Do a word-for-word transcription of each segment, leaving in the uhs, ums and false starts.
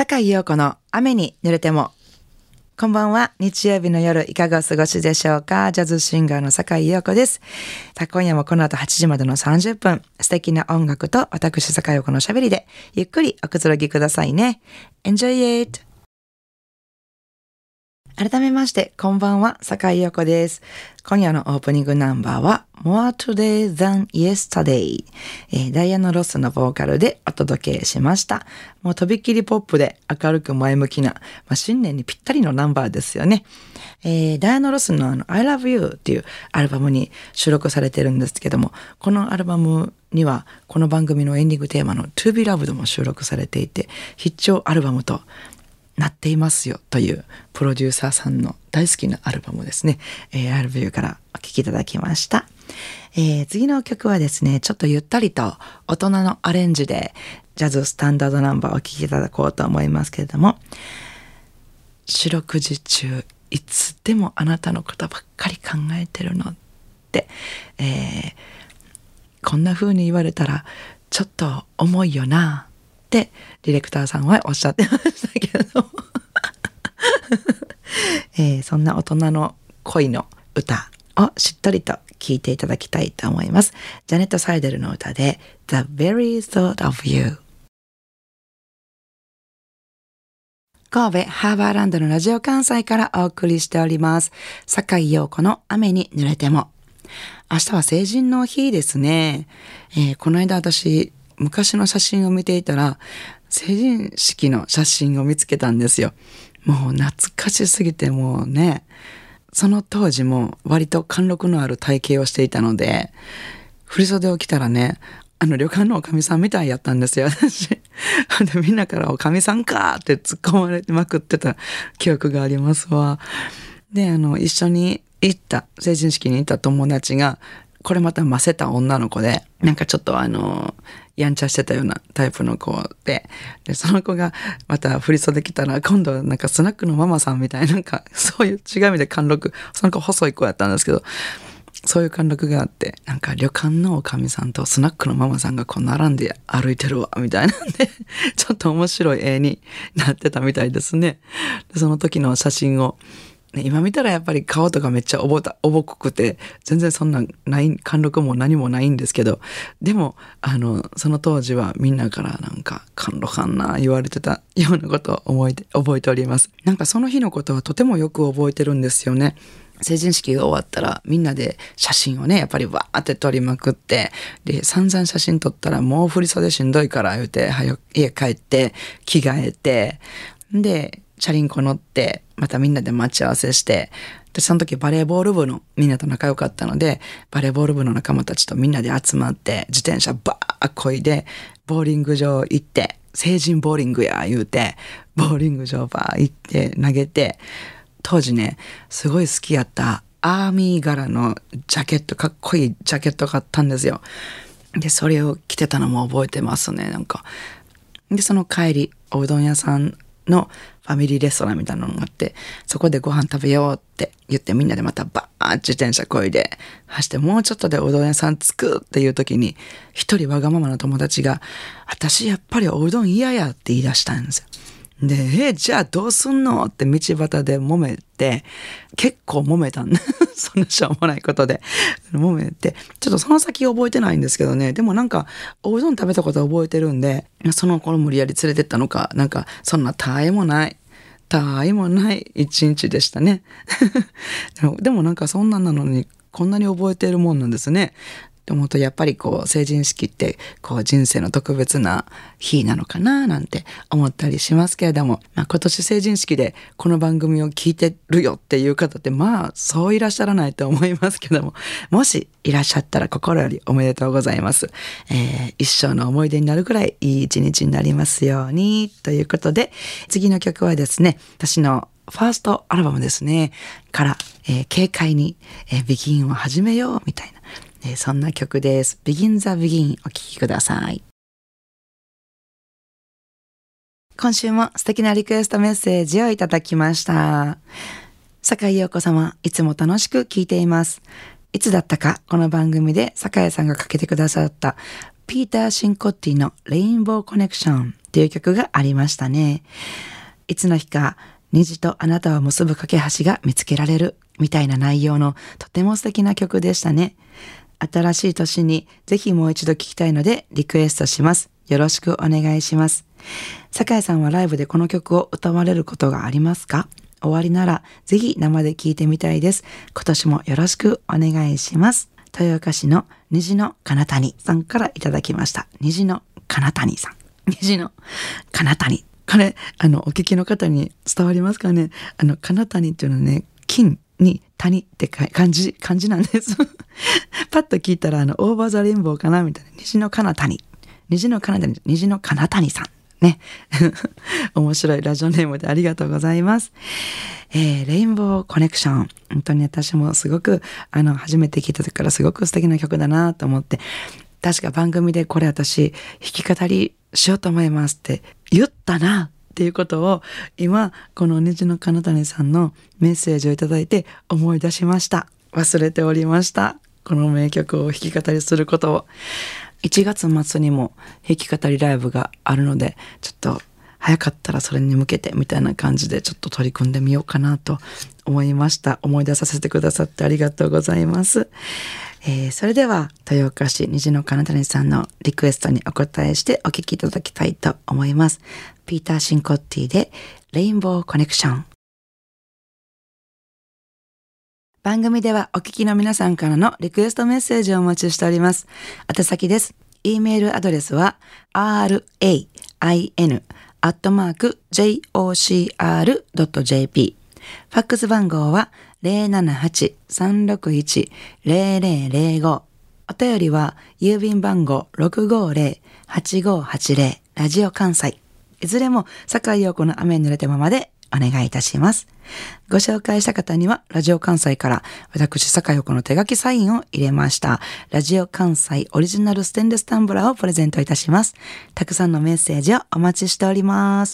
坂井陽子の雨に濡れても。こんばんは。日曜日の夜いかがお過ごしでしょうか。ジャズシンガーの坂井陽子です。さあ今夜もこの後はちじまでのさんじゅっぷん、素敵な音楽と私坂井陽子のしゃべりでゆっくりおくつろぎくださいね。Enjoy it! 改めましてこんばんは、坂井陽子です。今夜のオープニングナンバーは More Today Than Yesterday、えー、ダイアナ・ロスのボーカルでお届けしました。もうとびっきりポップで明るく前向きな、まあ、新年にぴったりのナンバーですよね。えー、ダイアナ・ロスのあの I Love You っていうアルバムに収録されてるんですけども、このアルバムにはこの番組のエンディングテーマの To Be Loved も収録されていて、必聴アルバムとなっていますよというプロデューサーさんの大好きなアルバムですね。えー、I Love You からお聴きいただきました。えー、次の曲はですね、ちょっとゆったりと大人のアレンジでジャズスタンダードナンバーをお聴きいただこうと思いますけれども、四六時中いつでもあなたのことばっかり考えてるのって、えー、こんな風に言われたらちょっと重いよなってディレクターさんはおっしゃってましたけれども、えー、そんな大人の恋の歌をしっとりと聴いていただきたいと思います。ジャネット・サイデルの歌で The Very Thought of You。 神戸ハーバーランドのラジオ関西からお送りしております。坂井陽子の雨に濡れても。明日は成人の日ですね。えー、この間私昔の写真を見ていたら成人式の写真を見つけたんですよ。もう懐かしすぎて、もうね、その当時も割と貫禄のある体型をしていたので、振袖を着たらね、あの旅館のおかみさんみたいやったんですよ、私。でみんなからおかみさんかって突っ込まれてまくってた記憶がありますわ。で、あの一緒に行った成人式に行った友達がこれまたませた女の子で、なんかちょっとあのやんちゃしてたようなタイプの子で、でその子がまた振り袖着たら今度はなんかスナックのママさんみたいな、なんかそういう違う意味で貫禄、その子細い子やったんですけど、そういう貫禄があって、なんか旅館のおかみさんとスナックのママさんがこう並んで歩いてるわみたいなんで、ちょっと面白い絵になってたみたいですね。でその時の写真を今見たらやっぱり顔とかめっちゃおぼた、おぼこくて、全然そんなない、貫禄も何もないんですけど、でも、あの、その当時はみんなからなんか、貫禄あんな言われてたようなことを覚えて、覚えております。なんかその日のことはとてもよく覚えてるんですよね。成人式が終わったらみんなで写真をね、やっぱりわーって撮りまくって、で、散々写真撮ったらもう振り袖しんどいから言うて、はよ、家帰って着替えて、で、チャリンコ乗ってまたみんなで待ち合わせして、でその時バレーボール部のみんなと仲良かったので、バレーボール部の仲間たちとみんなで集まって自転車バーこいでボーリング場行って、成人ボーリングや言うてボーリング場バー行って投げて、当時ねすごい好きやったアーミー柄のジャケット、かっこいいジャケット買ったんですよ。でそれを着てたのも覚えてますね。なんかでその帰りおうどん屋さんのファミリーレストランみたいなのがあって、そこでご飯食べようって言ってみんなでまたバーッ自転車こいで走って、もうちょっとでおうどん屋さん着くっていう時に一人わがままな友達が、私やっぱりおうどん嫌やって言い出したんですよ。で、え、じゃあどうすんのって道端で揉めて、結構揉めたんそんなしょうもないことで揉めて、ちょっとその先覚えてないんですけどね。でもなんかおうどん食べたことは覚えてるんで、その頃無理やり連れてったのか、なんかそんな他愛もない他愛もない一日でしたねでも、でもなんかそんなんなのにこんなに覚えてるもんなんですね。でもやっぱりこう成人式ってこう人生の特別な日なのかななんて思ったりしますけれども、まあ、今年成人式でこの番組を聞いてるよっていう方ってまあそういらっしゃらないと思いますけども、もしいらっしゃったら心よりおめでとうございます。えー、一生の思い出になるくらいいい一日になりますようにということで、次の曲はですね、私のファーストアルバムですねから、えー、軽快に、えー、ビギンを始めようみたいな、えー、そんな曲です。 Begin the Begin お聴きください。今週も素敵なリクエストメッセージをいただきました。坂井陽子様、いつも楽しく聴いています。いつだったかこの番組で坂井さんがかけてくださったピーター・シンコッティのレインボーコネクション。 っていう曲がありましたね。いつの日か虹とあなたを結ぶ架け橋が見つけられるみたいな内容のとても素敵な曲でしたね。新しい年にぜひもう一度聴きたいのでリクエストします。よろしくお願いします。酒井さんはライブでこの曲を歌われることがありますか？終わりならぜひ生で聴いてみたいです。今年もよろしくお願いします。豊岡市の虹の金谷さんからいただきました。虹の金谷さん。虹の金谷。これ、あの、お聞きの方に伝わりますかね？あの、金谷っていうのはね、金に谷って漢字、漢字なんです。パッと聞いたら、あの、オーバーザレインボーかなみたいな。虹の金谷。虹の金谷、虹の金谷さん。ね。面白いラジオネームでありがとうございます。えー、レインボーコネクション。本当に私もすごく、あの、初めて聞いた時からすごく素敵な曲だなと思って、確か番組でこれ私、弾き語りしようと思いますって言ったなっていうことを、今、この虹の金谷さんのメッセージをいただいて思い出しました。忘れておりました。この名曲を弾き語りすることを。いちがつ末にも弾き語りライブがあるので、ちょっと早かったらそれに向けてみたいな感じでちょっと取り組んでみようかなと思いました。思い出させてくださってありがとうございます。えー、それでは豊岡市虹の金谷さんのリクエストにお答えしてお聴きいただきたいと思います。ピーター・シンコッティでレインボーコネクション。番組ではお聞きの皆さんからのリクエストメッセージをお待ちしております。宛先です。e メールアドレスは ライン アットマーク ジェイオーシーアールドットジェーピー。ファックス番号は ゼロななはち さんろくいち ゼロゼロゼロご。お便りは郵便番号 ろくごゼロ はちごはちゼロ ラジオ関西。いずれも酒井陽子の雨に濡れたままでお願いいたします。ご紹介した方にはラジオ関西から私酒井陽子の手書きサインを入れましたラジオ関西オリジナルステンレスタンブラーをプレゼントいたします。たくさんのメッセージをお待ちしております。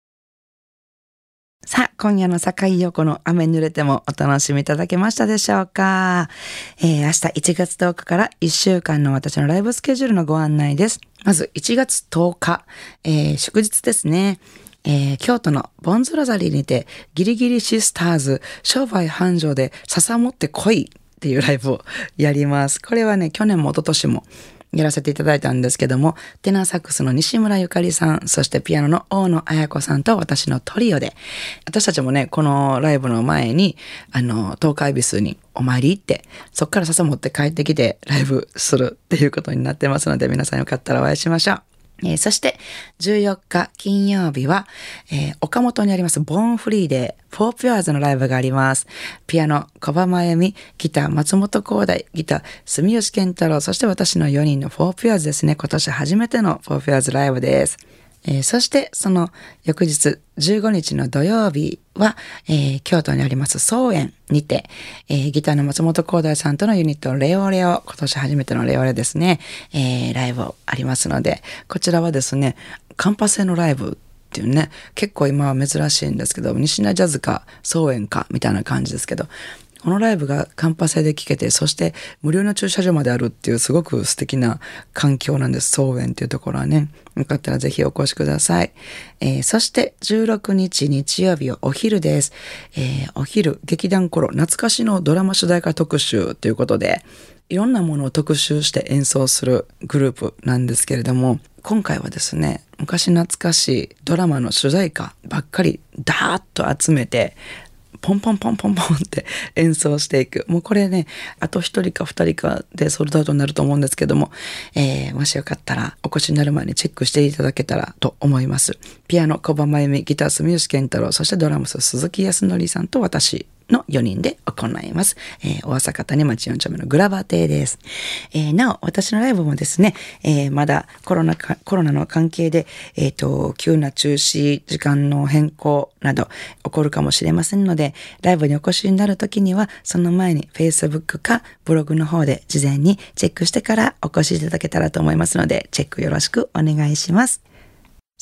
さあ、今夜の酒井陽子の雨に濡れてもお楽しみいただけましたでしょうか。えー、明日いちがつとおかからいっしゅうかんの私のライブスケジュールのご案内です。まずいちがつとおか、えー、祝日ですね。えー、京都のボンズロザリーにてギリギリシスターズ商売繁盛で笹持ってこいっていうライブをやります。これはね、去年も一昨年もやらせていただいたんですけども、テナーサックスの西村ゆかりさん、そしてピアノの大野彩子さんと私のトリオで、私たちもね、このライブの前に、あの、東海恵比寿にお参り行って、そっから笹持って帰ってきてライブするっていうことになってますので、皆さんよかったらお会いしましょう。えー、そしてじゅうよっか金曜日は、えー、岡本にありますボーンフリーでフォーピュアーズのライブがあります。ピアノ小葉真由美、ギター松本光大、ギター住吉健太郎、そして私のよにんのフォーピュアーズですね。今年初めてのフォーピュアーズライブです。えー、そしてその翌日じゅうごにちの土曜日は、えー、京都にあります草園にて、えー、ギターの松本光大さんとのユニットレオレオ、今年初めてのレオレオですね、えー、ライブありますので、こちらはですねカンパ制のライブっていうね、結構今は珍しいんですけど、西名ジャズか草園かみたいな感じですけど、このライブがカンパ制で聴けて、そして無料の駐車場まであるっていうすごく素敵な環境なんです。草園っていうところはね、よかったらぜひお越しください。えー、そしてじゅうろくにち日曜日はお昼です。えー、お昼劇団コロ懐かしのドラマ主題歌特集ということで、いろんなものを特集して演奏するグループなんですけれども、今回はですね、昔懐かしいドラマの主題歌ばっかりダーッと集めてポンポンポンポンポンって演奏していく。もうこれね、あと一人か二人かでソールドアウトになると思うんですけども、えー、もしよかったらお越しになる前にチェックしていただけたらと思います。ピアノ小葉真由美、ギター住吉健太郎、そしてドラムス鈴木康則さんと私のよにんで行います。えー、大阪谷町よん丁目のグラバー亭です。えー、なお、私のライブもですね、えー、まだコロナか、コロナの関係で、えっと、急な中止、時間の変更など起こるかもしれませんので、ライブにお越しになるときには、その前に Facebook かブログの方で事前にチェックしてからお越しいただけたらと思いますので、チェックよろしくお願いします。さて、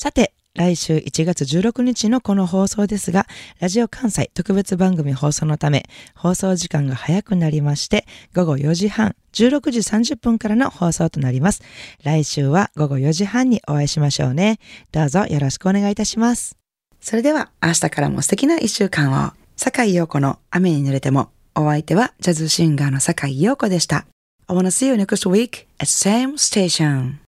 来週いちがつじゅうろくにちのこの放送ですが、ラジオ関西特別番組放送のため、放送時間が早くなりまして、ごごよじはん、じゅうろくじさんじゅっぷんからの放送となります。来週はごごよじはんにお会いしましょうね。どうぞよろしくお願いいたします。それでは明日からも素敵ないっしゅうかんを。坂井陽子の雨に濡れても。お相手はジャズシンガーの坂井陽子でした。I wanna see you next week at same station.